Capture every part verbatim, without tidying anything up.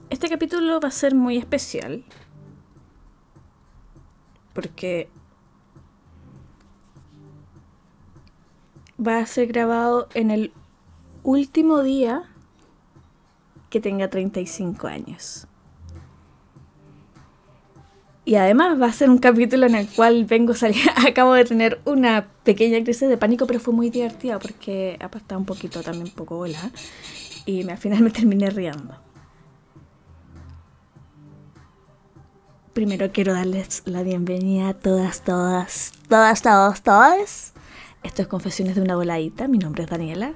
Este capítulo va a ser muy especial porque va a ser grabado en el último día que tenga treinta y cinco años. Y además va a ser un capítulo en el cual vengo saliendo. Acabo de tener una pequeña crisis de pánico, pero fue muy divertida porque estaba un poquito también poco volada. Y me, al final me terminé riendo. Primero quiero darles la bienvenida a todas, todas, todas, todas, todas. Esto es Confesiones de una Voladita. Mi nombre es Daniela.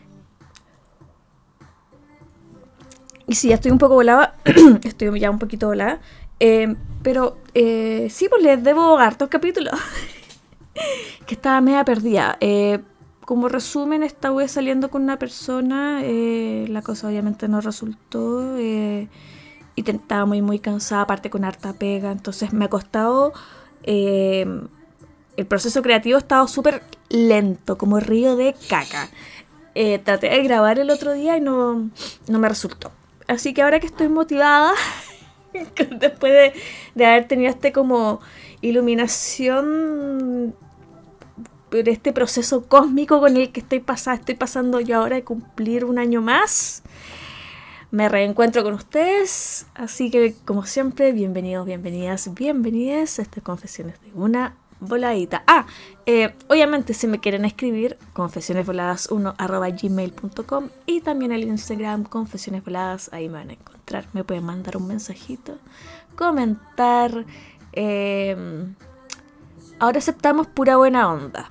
Y sí, ya estoy un poco volada. Estoy ya un poquito volada. Eh, pero eh, sí, pues les debo hartos capítulos. Que estaba media perdida. Eh, como resumen, estaba saliendo con una persona. Eh, la cosa obviamente no resultó. Eh, y estaba muy, muy cansada, aparte con harta pega. Entonces me ha costado. Eh, el proceso creativo ha estado súper lento, como río de caca. Eh, traté de grabar el otro día y no, no me resultó. Así que ahora que estoy motivada, después de, de haber tenido este como iluminación por este proceso cósmico con el que estoy, pasando, estoy pasando yo ahora de cumplir un año más, me reencuentro con ustedes. Así que, como siempre, bienvenidos, bienvenidas, bienvenidas a estas Confesiones de una Voladita. Ah, eh, obviamente si me quieren escribir, confesionesvoladas uno arroba gmail punto com, y también el Instagram confesionesvoladas, ahí me van a encontrar. Me pueden mandar un mensajito, comentar. Eh, ahora aceptamos pura buena onda.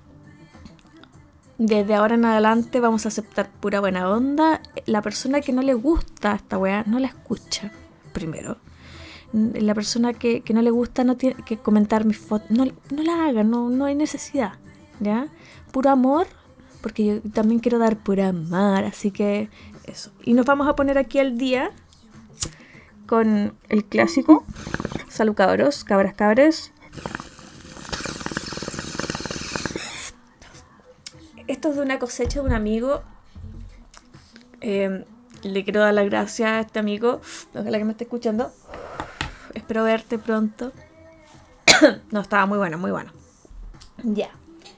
Desde ahora en adelante vamos a aceptar pura buena onda. La persona que no le gusta esta weá, no la escucha primero. La persona que, que no le gusta no tiene que comentar mis fotos. No, no la haga, no, no hay necesidad. ¿Ya? Puro amor, porque yo también quiero dar puro amor. Así que eso. Y nos vamos a poner aquí al día con el clásico. Salud cabros, cabras cabres. Esto es de una cosecha de un amigo. Eh, le quiero dar las gracias a este amigo. Ojalá que me esté escuchando. Espero verte pronto. No, estaba muy bueno, muy bueno. Ya.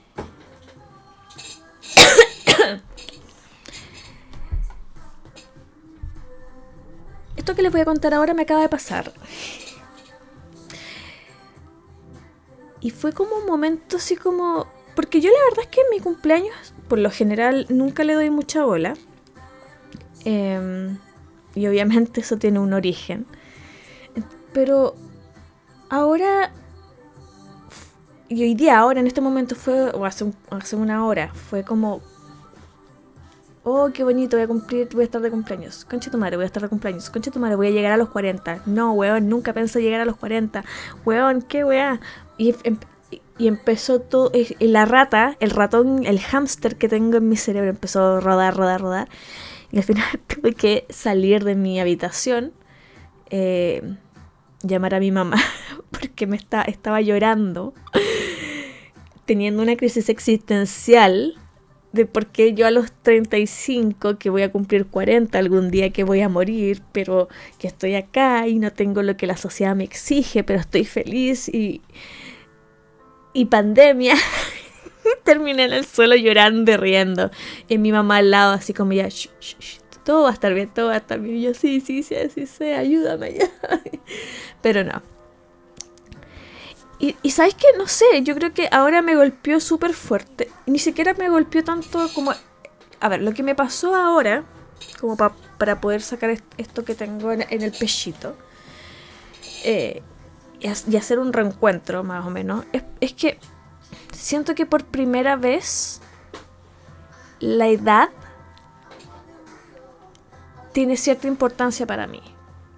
Esto que les voy a contar ahora me acaba de pasar. Y fue como un momento así como... Porque yo la verdad es que en mi cumpleaños, por lo general, nunca le doy mucha bola. Eh, y obviamente eso tiene un origen. Pero ahora... Y hoy día, ahora, en este momento fue... O hace, un, hace una hora, fue como... Oh, qué bonito, voy a cumplir, voy a estar de cumpleaños. Concha tu madre, voy a estar de cumpleaños. Concha tu madre, voy a llegar a los cuarenta. No, weón, nunca pensé llegar a los cuarenta. Weón, qué weá. Y, em, y empezó todo. Y la rata, el ratón, el hámster que tengo en mi cerebro empezó a rodar, rodar, rodar. Y al final tuve que salir de mi habitación, eh, llamar a mi mamá, porque me está, estaba llorando, teniendo una crisis existencial. De por qué yo a los treinta y cinco, que voy a cumplir cuarenta algún día, que voy a morir, pero que estoy acá y no tengo lo que la sociedad me exige, pero estoy feliz y, y pandemia. Terminé en el suelo llorando y riendo. Y mi mamá al lado así como ya, shh, shh, shh, todo va a estar bien, todo va a estar bien. Y yo sí, sí, sí, sí, sí, ayúdame ya. Pero no. Y, y ¿sabes qué? No sé, yo creo que ahora me golpeó súper fuerte. Ni siquiera me golpeó tanto como... A ver, lo que me pasó ahora, como pa, para poder sacar esto que tengo en, en el pechito, eh, y, y hacer un reencuentro más o menos, es, es que siento que por primera vez la edad tiene cierta importancia para mí.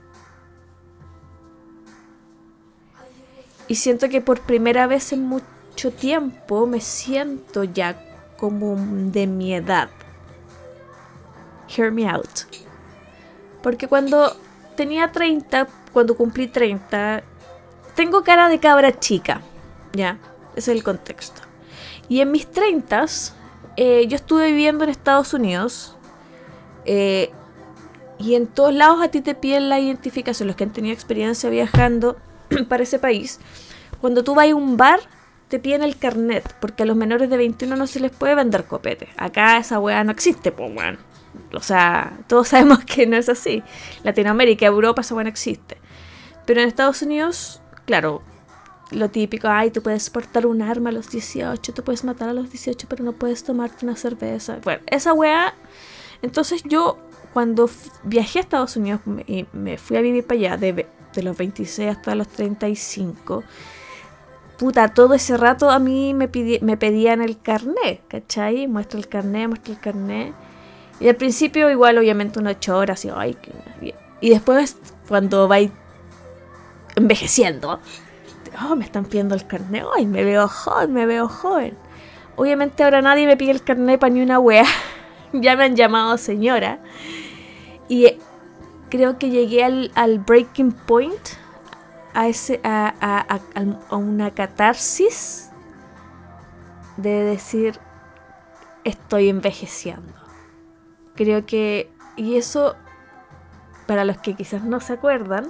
Y siento que por primera vez en mucho tiempo me siento ya como de mi edad. Hear me out. Porque cuando tenía treinta, cuando cumplí treinta, tengo cara de cabra chica. Ya, ese es el contexto. Y en mis treintas, eh, yo estuve viviendo en Estados Unidos. Eh, y en todos lados a ti te piden la identificación. Los que han tenido experiencia viajando para ese país, cuando tú vas a un bar, te piden el carnet, porque a los menores de veintiuno no se les puede vender copete. Acá esa weá no existe, pues weón. O sea, todos sabemos que no es así. Latinoamérica, Europa, esa weá no existe. Pero en Estados Unidos, claro, lo típico, ay, tú puedes portar un arma a los dieciocho, tú puedes matar a los dieciocho, pero no puedes tomarte una cerveza. Bueno, esa weá. Entonces yo, cuando f- viajé a Estados Unidos y me fui a vivir para allá, de, de los veintiséis hasta los treinta y cinco, puta, todo ese rato a mí me, pidi- me pedían el carnet, ¿cachai? Muestra el carnet, muestra el carnet. Y al principio igual, obviamente, unas ocho horas, y, ay, qué... y después, cuando vais envejeciendo, oh, me están pidiendo el carnet, ay, me veo joven, me veo joven. Obviamente ahora nadie me pide el carnet para ni una wea. Ya me han llamado señora. Y eh, creo que llegué al, al breaking point, a, ese, a, a, a, a una catarsis de decir, estoy envejeciendo. Creo que, y eso, para los que quizás no se acuerdan,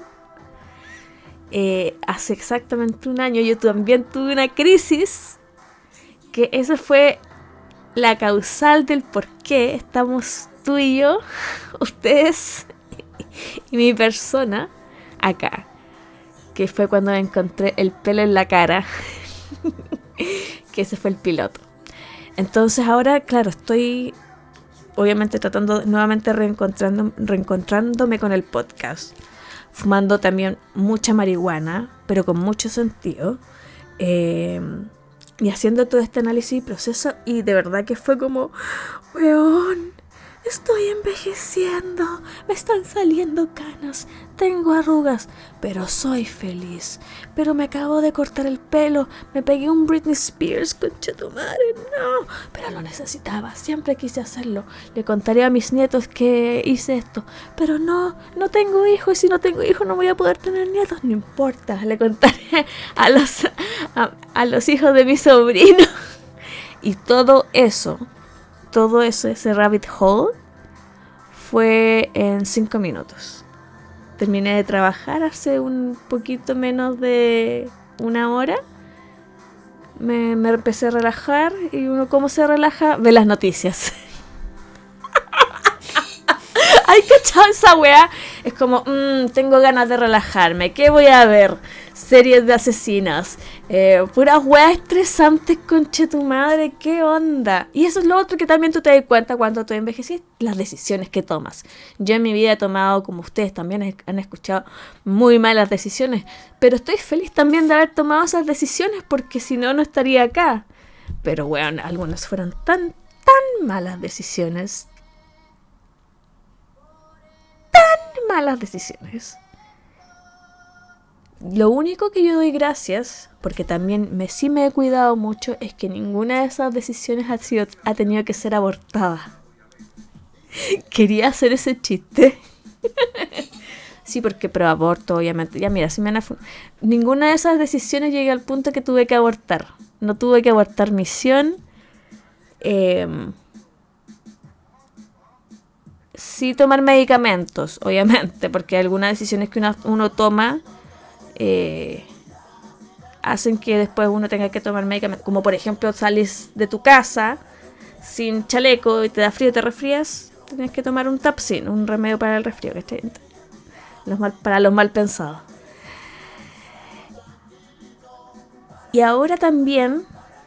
eh, hace exactamente un año yo también tuve una crisis, que esa fue la causal del por qué estamos tú y yo, ustedes y mi persona acá, que fue cuando me encontré el pelo en la cara, que ese fue el piloto. Entonces ahora, claro, estoy obviamente tratando nuevamente reencontrando, reencontrándome con el podcast, fumando también mucha marihuana, pero con mucho sentido, eh, y haciendo todo este análisis y proceso, y de verdad que fue como, weón, estoy envejeciendo, me están saliendo canas, tengo arrugas, pero soy feliz. Pero me acabo de cortar el pelo, me pegué un Britney Spears, concha tu madre, no, pero lo necesitaba, siempre quise hacerlo. Le contaré a mis nietos que hice esto, pero no, no tengo hijos, y si no tengo hijos no voy a poder tener nietos, no importa, le contaré a los, a, a los hijos de mi sobrino. Y todo eso, todo eso, ese rabbit hole, fue en cinco minutos. Terminé de trabajar hace un poquito menos de una hora. Me, me empecé a relajar, y uno, ¿cómo se relaja? Ve las noticias. Ay, ¿cachai esa weá? Es como, mmm, tengo ganas de relajarme. ¿Qué voy a ver? Series de asesinos. Eh, puras weas estresantes, conche tu madre. ¿Qué onda? Y eso es lo otro que también tú te das cuenta cuando tú envejeces. Las decisiones que tomas. Yo en mi vida he tomado, como ustedes también han escuchado, muy malas decisiones. Pero estoy feliz también de haber tomado esas decisiones, porque si no, no estaría acá. Pero bueno, algunas fueron tan, tan malas decisiones. Malas decisiones. Lo único que yo doy gracias, porque también me, sí me he cuidado mucho, es que ninguna de esas decisiones ha, sido, ha tenido que ser abortada. Quería hacer ese chiste. Sí, porque pro aborto, obviamente. Ya mira, si me han... Ninguna de esas decisiones llegué al punto que tuve que abortar. No tuve que abortar misión. Eh... Sí, tomar medicamentos, obviamente, porque algunas decisiones que uno, uno toma eh, hacen que después uno tenga que tomar medicamentos. Como por ejemplo, sales de tu casa sin chaleco y te da frío y te resfrías, tienes que tomar un Tapsin, un remedio para el resfrío, ¿cachai? Los mal, para los mal pensados. Y ahora también,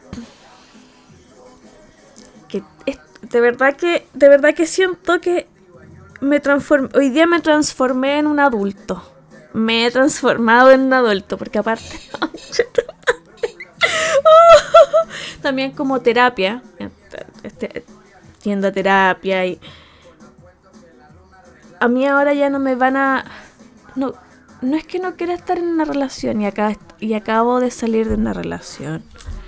que es, de verdad que de verdad que siento que me transformé, hoy día me transformé en un adulto. Me he transformado en un adulto, porque aparte también como terapia, este, yendo a terapia, y a mí ahora ya no me van a, no, no es que no quiera estar en una relación, y acá y acabo de salir de una relación.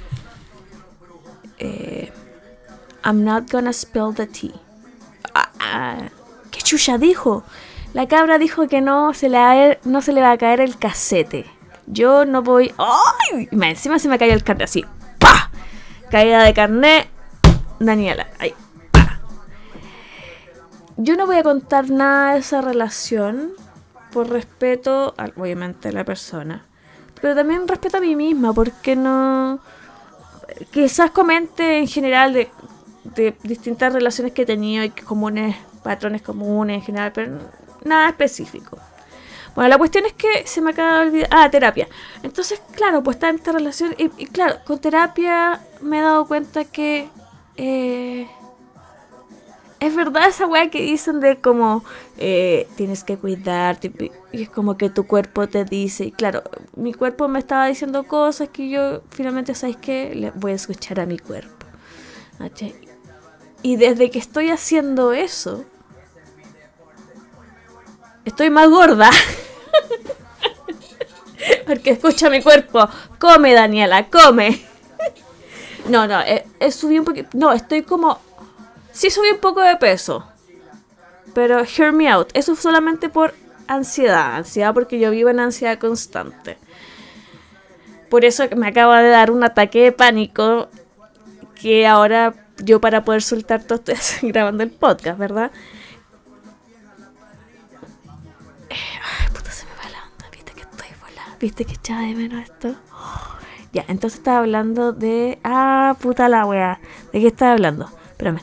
Eh, I'm not gonna spill the tea. Ah, ah, ¿qué chucha dijo? La cabra dijo que no se le va a, no se le va a caer el casete. Yo no voy... ¡Ay! Encima se me cayó el carnet así. ¡Pah! Caída de carnet. Daniela. Ahí. ¡Pah! yo no voy a contar nada de esa relación por respeto, a, obviamente, a la persona. Pero también respeto a mí misma, porque no... Quizás comente en general de, de distintas relaciones que he tenido y comunes, patrones comunes en general, pero nada específico. Bueno, la cuestión es que se me acaba de olvidar... Ah, terapia. Entonces, claro, pues está en esta relación. Y, y claro, con terapia me he dado cuenta que... Eh, es verdad esa weá que dicen de como... Eh, tienes que cuidarte. Y es como que tu cuerpo te dice... Y claro, mi cuerpo me estaba diciendo cosas que yo finalmente, ¿sabes qué? Le voy a escuchar a mi cuerpo. ¿Achai? Y desde que estoy haciendo eso... Estoy más gorda. Porque escucha mi cuerpo. Come, Daniela, come. No, no, he, he subido un poquito. No, estoy como... Sí subí un poco de peso. Pero hear me out. Eso es solamente por ansiedad. Ansiedad porque yo vivo en ansiedad constante. Por eso me acaba de dar un ataque de pánico. Que ahora yo, para poder soltar todo, estoy grabando el podcast, ¿verdad? Ay, puta, se me va la onda. Viste que estoy volada. Viste que echaba de menos esto. Ya, entonces estaba hablando de... Ah, puta la wea. ¿De qué estaba hablando? Espérame.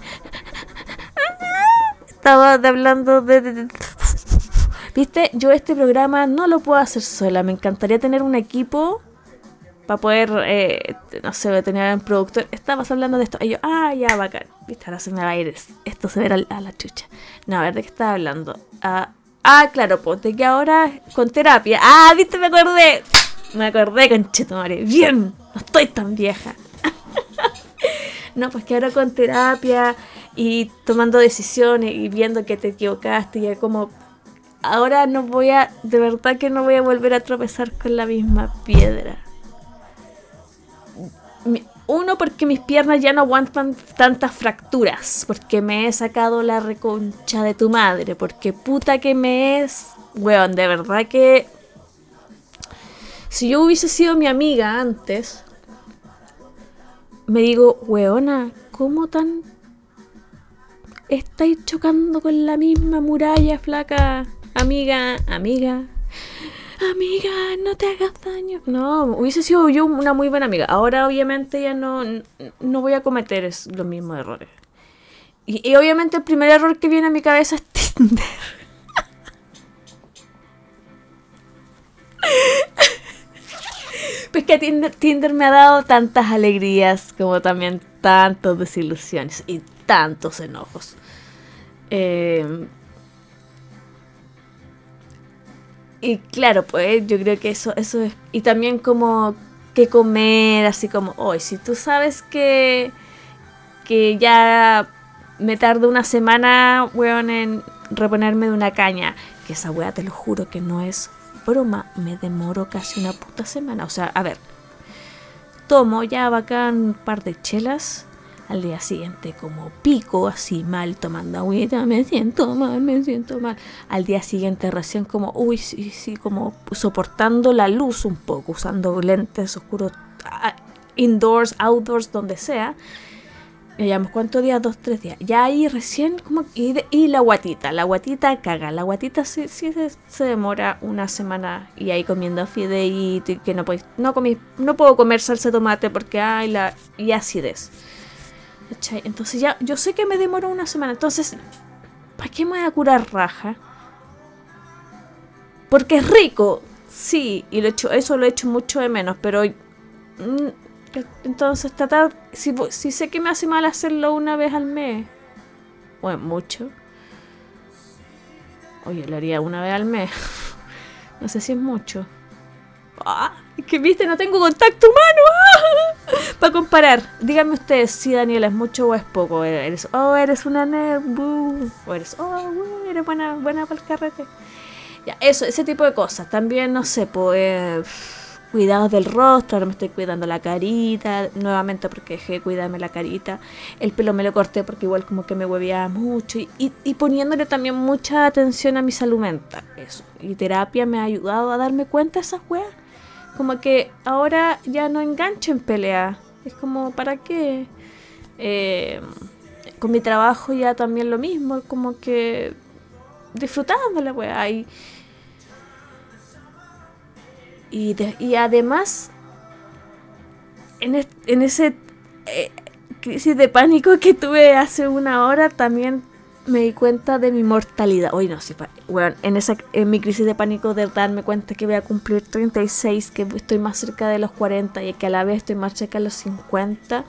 Estaba hablando de, de, de... Viste, yo este programa no lo puedo hacer sola. Me encantaría tener un equipo para poder, eh, no sé, tener un productor. Estabas hablando de esto. Y yo, ah, ya, bacán. Viste, ahora se me va a ir. Esto se verá a la chucha. No, a ver, ¿de qué estaba hablando? Ah, ah claro, pues, de que ahora con terapia. Ah, viste, me acordé. Me acordé, conchetumare. Bien, no estoy tan vieja. No, pues que ahora con terapia y tomando decisiones y viendo que te equivocaste y como... Ahora no voy a... De verdad que no voy a volver a tropezar con la misma piedra. Uno, porque mis piernas ya no aguantan tantas fracturas. Porque me he sacado la reconcha de tu madre. Porque puta que me es... Weón, de verdad que... Si yo hubiese sido mi amiga antes... Me digo, weona, ¿cómo tan estáis chocando con la misma muralla, flaca? Amiga, amiga, amiga, no te hagas daño. No, hubiese sido yo una muy buena amiga. Ahora obviamente ya no, no voy a cometer los mismos errores. Y, y obviamente el primer error que viene a mi cabeza es Tinder. Pues que Tinder, Tinder me ha dado tantas alegrías como también tantas desilusiones y tantos enojos. Eh, y claro, pues yo creo que eso, eso es... Y también como que comer, así como, hoy, si tú sabes que, que ya me tardo una semana, weón, en reponerme de una caña, que esa weá, te lo juro que no es... broma, me demoro casi una puta semana. O sea, a ver, tomo ya bacán un par de chelas, al día siguiente como pico, así mal, tomando agüita, me siento mal, me siento mal. Al día siguiente recién como, uy, sí, sí, como soportando la luz un poco, usando lentes oscuros, indoors, outdoors, donde sea. Me llamo, ¿cuántos días? Dos, tres días. Ya ahí recién como... Y, de, y la guatita, la guatita caga. La guatita sí, sí se, se demora una semana. Y ahí comiendo fideíto y que no, podéis, no, comí, no puedo comer salsa de tomate porque hay la... Y acidez. ¿Cachai? Entonces ya, yo sé que me demoro una semana. Entonces, ¿para qué me voy a curar raja? Porque es rico. Sí, y lo hecho, eso lo he hecho mucho de menos. Pero... Mmm, entonces tratar, si, si sé que me hace mal hacerlo una vez al mes, bueno, mucho, oye, lo haría una vez al mes, no sé si es mucho. Ah, es que viste, no tengo contacto humano. Ah, para comparar, díganme ustedes si Daniela es mucho o es poco. Eres, oh, eres una nerd, o eres, oh, eres buena, buena para el carrete. Ya, eso, ese tipo de cosas. También, no sé, pues... cuidados del rostro, ahora me estoy cuidando la carita, nuevamente porque dejé de cuidarme la carita, el pelo me lo corté porque igual como que me hueveaba mucho y, y, y poniéndole también mucha atención a mi salud mental, eso, y terapia me ha ayudado a darme cuenta de esas weas, como que ahora ya no engancho en pelea, es como, ¿para qué? Eh, con mi trabajo ya también lo mismo, como que disfrutando la weá. Y, y, de, y además, en, es, en ese eh, crisis de pánico que tuve hace una hora, también me di cuenta de mi mortalidad. Uy, no, sí, bueno, en, esa, en mi crisis de pánico de darme cuenta que voy a cumplir treinta y seis, que estoy más cerca de los cuarenta y que a la vez estoy más cerca de los cincuenta,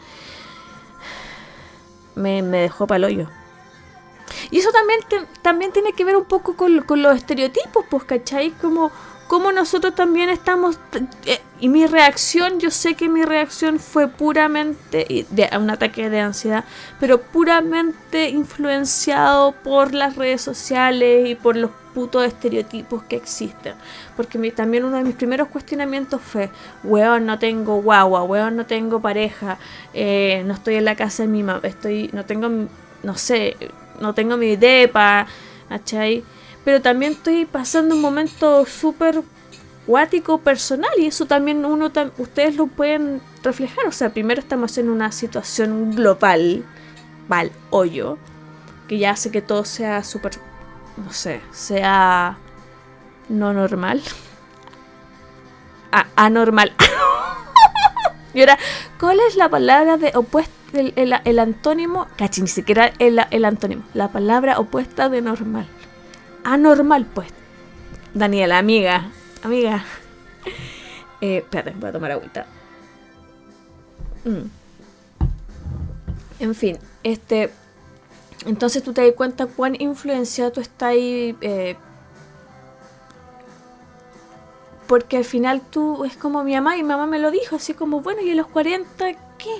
me, me dejó pa'l hoyo. Y eso también, te, también tiene que ver un poco con, con los estereotipos, pues, ¿cachai? Como, como nosotros también estamos... Eh, y mi reacción, yo sé que mi reacción fue puramente de, un ataque de ansiedad, pero puramente influenciado por las redes sociales y por los putos estereotipos que existen. Porque mi, también uno de mis primeros cuestionamientos fue, weón, no tengo guagua, weón, no tengo pareja, eh, no estoy en la casa de mi mamá, estoy, no tengo, no sé... no tengo mi depa, ¿cachai? Pero también estoy pasando un momento súper cuático personal y eso también uno tam- ustedes lo pueden reflejar. O sea, primero estamos en una situación global, mal hoyo, que ya hace que todo sea súper, no sé, sea no normal, A- anormal. Y ahora, ¿cuál es la palabra de opuesta? El, el, el antónimo, cachi, ni siquiera el, el antónimo, la palabra opuesta de normal. Anormal, pues. Daniela, amiga, amiga. Eh, espérate, voy a tomar agüita. Mm. En fin, este. Entonces tú te das cuenta cuán influenciado tú estás ahí. Eh, porque al final tú es como mi mamá, y mi mamá me lo dijo, así como, bueno, y a los cuarenta, ¿qué?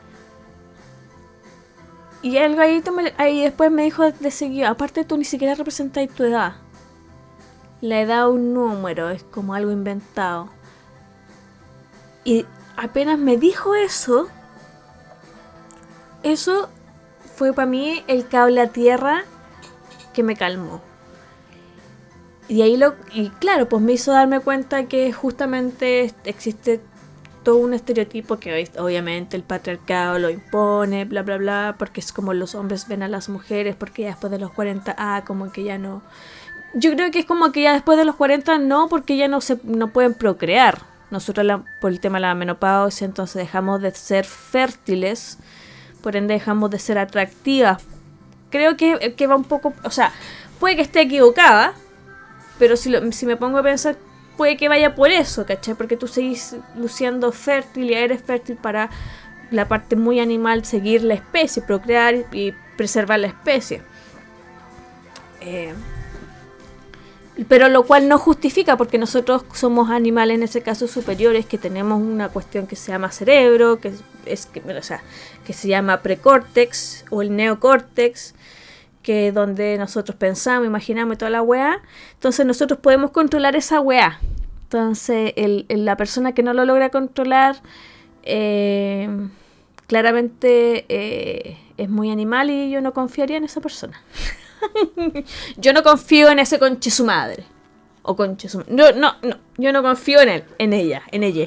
Y el gallito me, ahí después me dijo de seguir, aparte tú ni siquiera representas tu edad. La edad es un número, es como algo inventado. Y apenas me dijo eso, eso fue para mí el cable a tierra que me calmó. Y ahí lo, y claro, pues me hizo darme cuenta que justamente existe todo un estereotipo que obviamente el patriarcado lo impone, bla bla bla, porque es como los hombres ven a las mujeres, porque ya después de los cuarenta, ah, como que ya no. Yo creo que es como que ya después de los cuarenta no, porque ya no se no pueden procrear. Nosotros la, por el tema de la menopausia, entonces dejamos de ser fértiles, por ende dejamos de ser atractivas. Creo que, que va un poco, o sea, puede que esté equivocada, pero si, lo, si me pongo a pensar, puede que vaya por eso, ¿cachai? Porque tú seguís luciendo fértil y eres fértil para la parte muy animal, seguir la especie, procrear y preservar la especie. Eh, pero lo cual no justifica, porque nosotros somos animales en ese caso superiores, que tenemos una cuestión que se llama cerebro, que es que, o sea, que se llama precórtex o el neocórtex, que es donde nosotros pensamos, imaginamos y toda la weá. Entonces nosotros podemos controlar esa weá. Entonces el, el, la persona que no lo logra controlar eh, claramente eh, es muy animal, y yo no confiaría en esa persona. Yo no confío en ese conche su madre. O conche su madre. No, no, no. Yo no confío en él, en ella, en ella.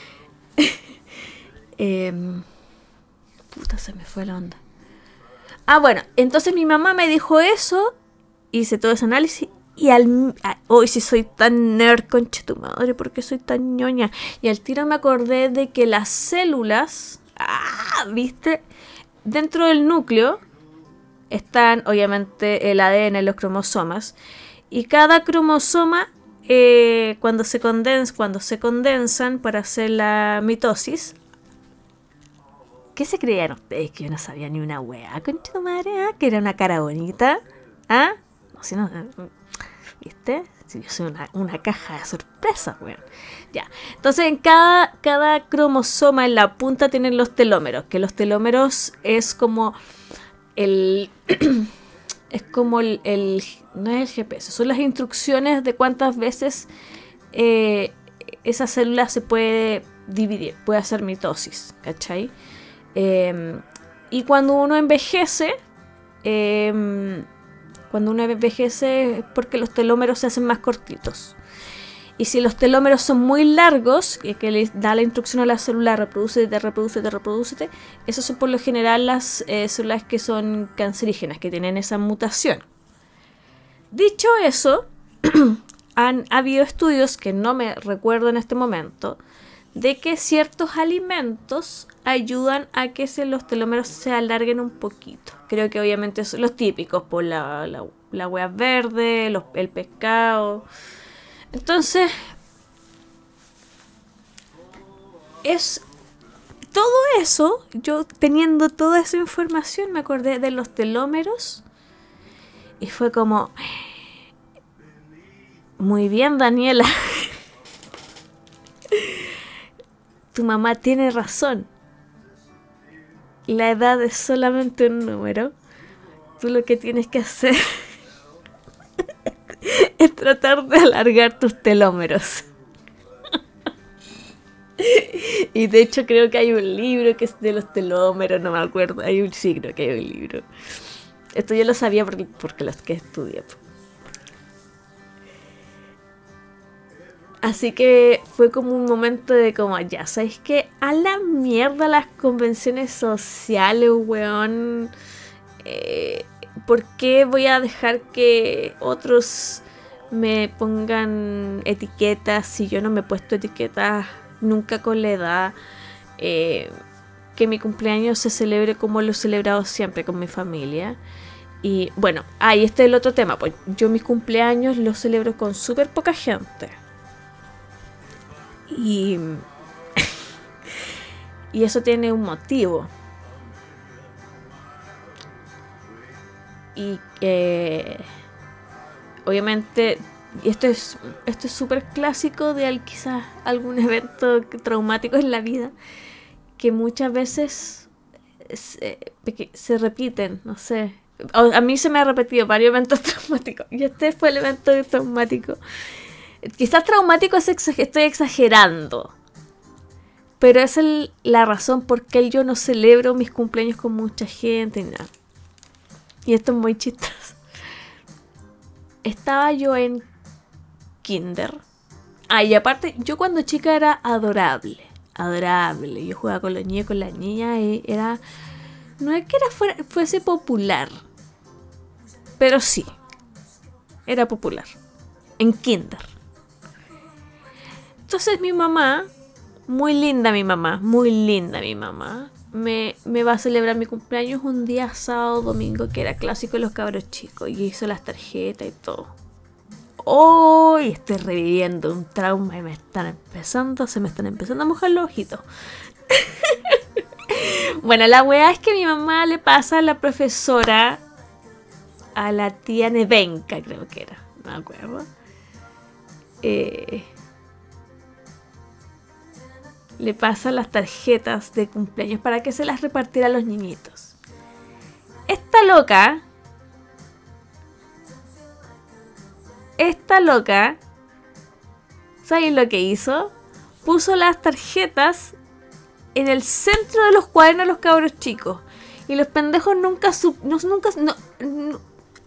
eh, puta, se me fue la onda. Ah, bueno, entonces mi mamá me dijo eso, hice todo ese análisis y al... Hoy sí soy tan nerd, conche tu madre, ¿por qué soy tan ñoña? Y al tiro me acordé de que las células, ah, ¿viste? Dentro del núcleo están obviamente el A D N, los cromosomas, y cada cromosoma eh, cuando se condens, cuando se condensan para hacer la mitosis. ¿Qué se creyeron? Es que yo no sabía ni una wea, concha tu madre, ¿ah? Que era una cara bonita, ¿ah? No sé, no, ¿viste? Si yo soy una, una caja de sorpresas, weón. Ya. Entonces, en cada, cada cromosoma en la punta tienen los telómeros, que los telómeros es como el... es como el, el... no es el G P S, son las instrucciones de cuántas veces eh, esa célula se puede dividir, puede hacer mitosis, ¿cachai? Eh, y cuando uno envejece, eh, cuando uno envejece es porque los telómeros se hacen más cortitos. Y si los telómeros son muy largos, que, que le da la instrucción a la célula reprodúcete, reprodúcete, reprodúcete, esas son por lo general las eh, células que son cancerígenas, que tienen esa mutación. Dicho eso, han habido estudios que no me recuerdo en este momento, de que ciertos alimentos ayudan a que se, los telómeros se alarguen un poquito. Creo que obviamente son los típicos, por la, la, la hueá verde, los, el pescado. Entonces, es todo eso, yo teniendo toda esa información, me acordé de los telómeros y fue como, muy bien, Daniela. Tu mamá tiene razón. La edad es solamente un número. Tú lo que tienes que hacer es tratar de alargar tus telómeros. Y de hecho creo que hay un libro que es de los telómeros, no me acuerdo. Hay un signo que hay un libro. Esto yo lo sabía porque, porque los que estudié. Así que fue como un momento de como, ya, ¿sabes qué? A la mierda las convenciones sociales, weón. Eh, ¿Por qué voy a dejar que otros me pongan etiquetas si yo no me he puesto etiquetas nunca con la edad? Eh, que mi cumpleaños se celebre como lo he celebrado siempre con mi familia. Y bueno, ah, y este es el otro tema. Pues yo mis cumpleaños los celebro con súper poca gente. Y, y eso tiene un motivo. Y que obviamente esto es esto es súper clásico de quizás algún evento traumático en la vida, que muchas veces se, se repiten, no sé. A mí se me ha repetido varios eventos traumáticos y este fue el evento traumático. Quizás traumático es exager- estoy exagerando, pero es el, la razón por qué yo no celebro mis cumpleaños con mucha gente y nada. Y esto es muy chistoso. Estaba yo en kinder. Ah, y aparte, yo cuando chica era adorable. Adorable. Yo jugaba con los niños, con las niñas y era... No es que era fuera, fuese popular, pero sí, era popular. En kinder. Entonces mi mamá, muy linda mi mamá, muy linda mi mamá, me, me va a celebrar mi cumpleaños un día sábado domingo, que era clásico de los cabros chicos, y hizo las tarjetas y todo. Hoy estoy reviviendo un trauma y me están empezando, se me están empezando a mojar los ojitos. Bueno, la weá es que mi mamá le pasa a la profesora, a la tía Nevenka, creo que era, no me acuerdo. Eh... Le pasa las tarjetas de cumpleaños para que se las repartiera a los niñitos. Esta loca, esta loca, ¿saben lo que hizo? Puso las tarjetas en el centro de los cuadernos de los cabros chicos. Y los pendejos nunca... Sub, no, nunca no, no.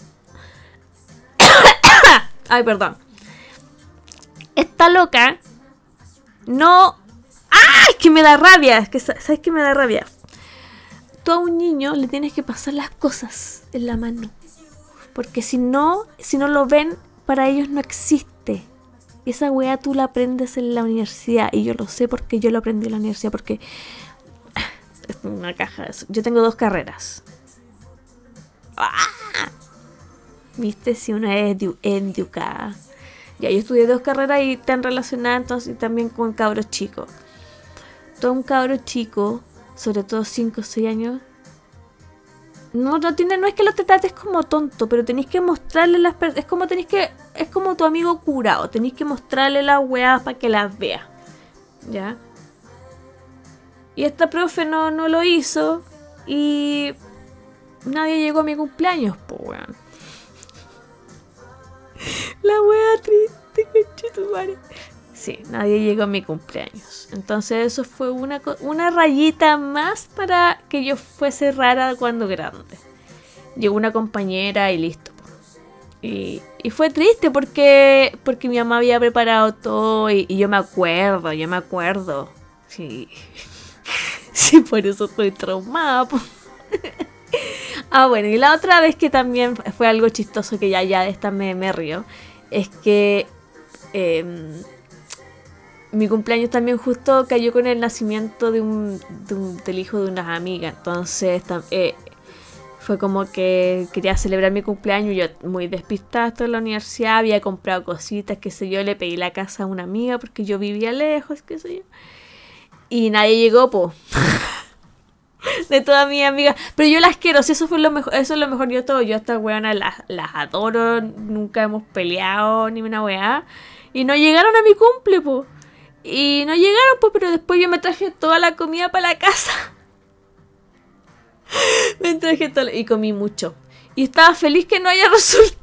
Ay, perdón. Esta loca no... ¡Ah! Es que me da rabia. Es que, ¿sabes qué me da rabia? Tú a un niño le tienes que pasar las cosas en la mano. Porque si no, si no lo ven, para ellos no existe. Y esa weá tú la aprendes en la universidad. Y yo lo sé porque yo lo aprendí en la universidad. Porque es una caja de eso. Yo tengo dos carreras. ¡Ah! ¿Viste? Si una es educada. Ya, yo estudié dos carreras y están relacionadas entonces también con cabros chicos. Todo un cabro chico, sobre todo cinco o seis años, no, no tiene, no es que lo te trates como tonto, pero tenéis que mostrarle las personas, es como tenéis que, es como tu amigo curado, tenéis que mostrarle las weas para que las vea. ¿Ya? Y esta profe no, no lo hizo y nadie llegó a mi cumpleaños, po weón. La wea triste, conchetumare. Sí, nadie llegó a mi cumpleaños. Entonces eso fue una, una rayita más para que yo fuese rara cuando grande. Llegó una compañera y listo. Y, y fue triste porque, porque mi mamá había preparado todo y, y yo me acuerdo, yo me acuerdo. Sí, sí, por eso estoy traumada. Po. Ah, bueno, y la otra vez que también fue algo chistoso que ya, ya de esta me, me río, es que eh, mi cumpleaños también justo cayó con el nacimiento de un, de un, del hijo de unas amigas. Entonces eh, fue como que quería celebrar mi cumpleaños. Yo muy despistada en la universidad, había comprado cositas, qué sé yo, le pedí la casa a una amiga porque yo vivía lejos, qué sé yo. Y nadie llegó, po. De todas mis amigas. Pero yo las quiero, si eso fue lo mejor, eso es lo mejor de todo. Yo a estas weonas las, las adoro, nunca hemos peleado ni una weá. Y no llegaron a mi cumple, po. Y no llegaron, pues, pero después yo me traje toda la comida para la casa. Me traje todo y comí mucho. Y estaba feliz que no haya resultado.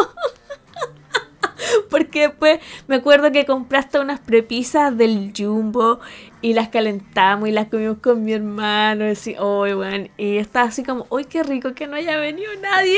Porque después me acuerdo que compraste unas prepisas del Jumbo y las calentamos y las comimos con mi hermano. Y, así, oh, bueno, y estaba así como, ¡ay, qué rico que no haya venido nadie!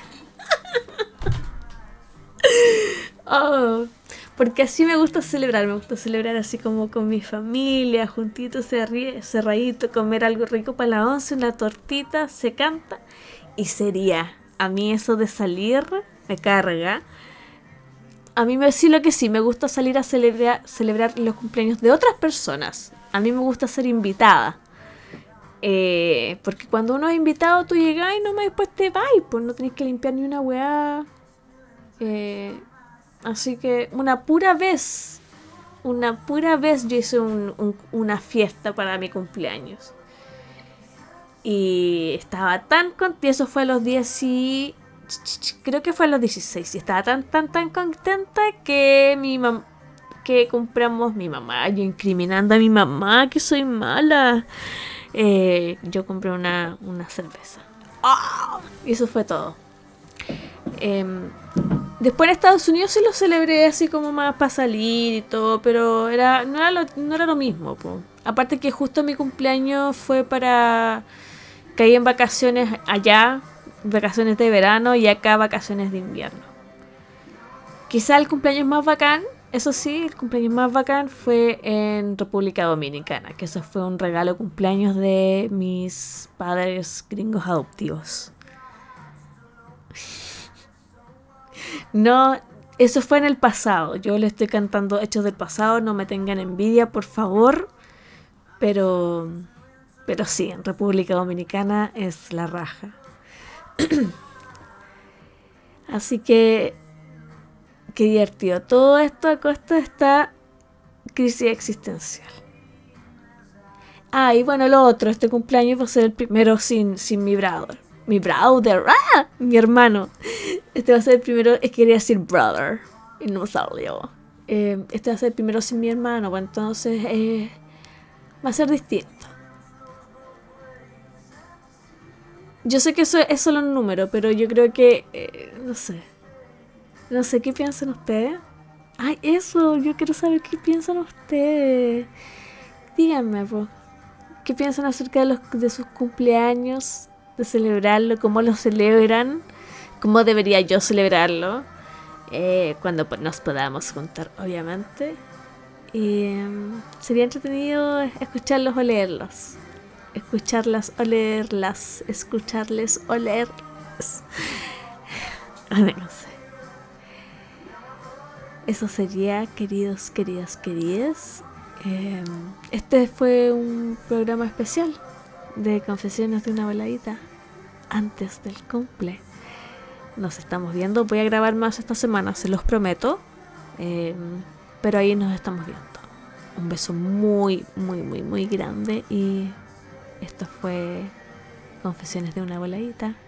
Oh, porque así me gusta celebrar, me gusta celebrar así como con mi familia, juntitos, cerradito, comer algo rico para la once, una tortita, se canta y sería. A mí eso de salir me carga. A mí me sí lo que sí, me gusta salir a celebrar, celebrar los cumpleaños de otras personas. A mí me gusta ser invitada. Eh, porque cuando uno es invitado, tú llegas y nomás después te vas, pues no tenés que limpiar ni una weá. Eh, así que una pura vez, una pura vez yo hice un, un, una fiesta para mi cumpleaños. Y estaba tan contenta, eso fue a los diez y... creo que fue a los dieciséis y estaba tan tan tan contenta que mi mamá que compramos mi mamá, yo incriminando a mi mamá que soy mala, eh, yo compré una, una cerveza. ¡Oh! Y eso fue todo. Eh, después en Estados Unidos sí lo celebré así como más para salir y todo, pero era no era lo, no era lo mismo, po. Aparte que justo mi cumpleaños fue para caí en vacaciones allá, vacaciones de verano, y acá vacaciones de invierno. Quizá el cumpleaños más bacán, eso sí, el cumpleaños más bacán fue en República Dominicana, que eso fue un regalo de cumpleaños de mis padres gringos adoptivos. No, eso fue en el pasado. Yo le estoy cantando hechos del pasado, no me tengan envidia, por favor. Pero, pero sí, en República Dominicana es la raja. Así que qué divertido. Todo esto a costa de esta crisis existencial. Ah, y bueno, lo otro, este cumpleaños va a ser el primero sin, sin mi brother. Mi brother, ¡ah! Mi hermano. Este va a ser el primero, es que quería decir brother y no salió. Eh, este va a ser el primero sin mi hermano, pues entonces eh, va a ser distinto. Yo sé que eso es solo un número, pero yo creo que, eh, no sé. No sé, ¿qué piensan ustedes? Ay, eso, yo quiero saber qué piensan ustedes. Díganme, po, ¿qué piensan acerca de, los, de sus cumpleaños? De celebrarlo, cómo lo celebran, cómo debería yo celebrarlo. Eh, cuando nos podamos juntar, obviamente. Y um, sería entretenido escucharlos o leerlos. Escucharlas o leerlas. Escucharles o leerlas. No sé. Eso sería, queridos, queridas, queridas. Eh, este fue un programa especial de Confesiones de una Voladita antes del cumple. Nos estamos viendo. Voy a grabar más esta semana, se los prometo. Eh, pero ahí nos estamos viendo. Un beso muy, muy, muy, muy grande. Y esto fue Confesiones de una Voladita.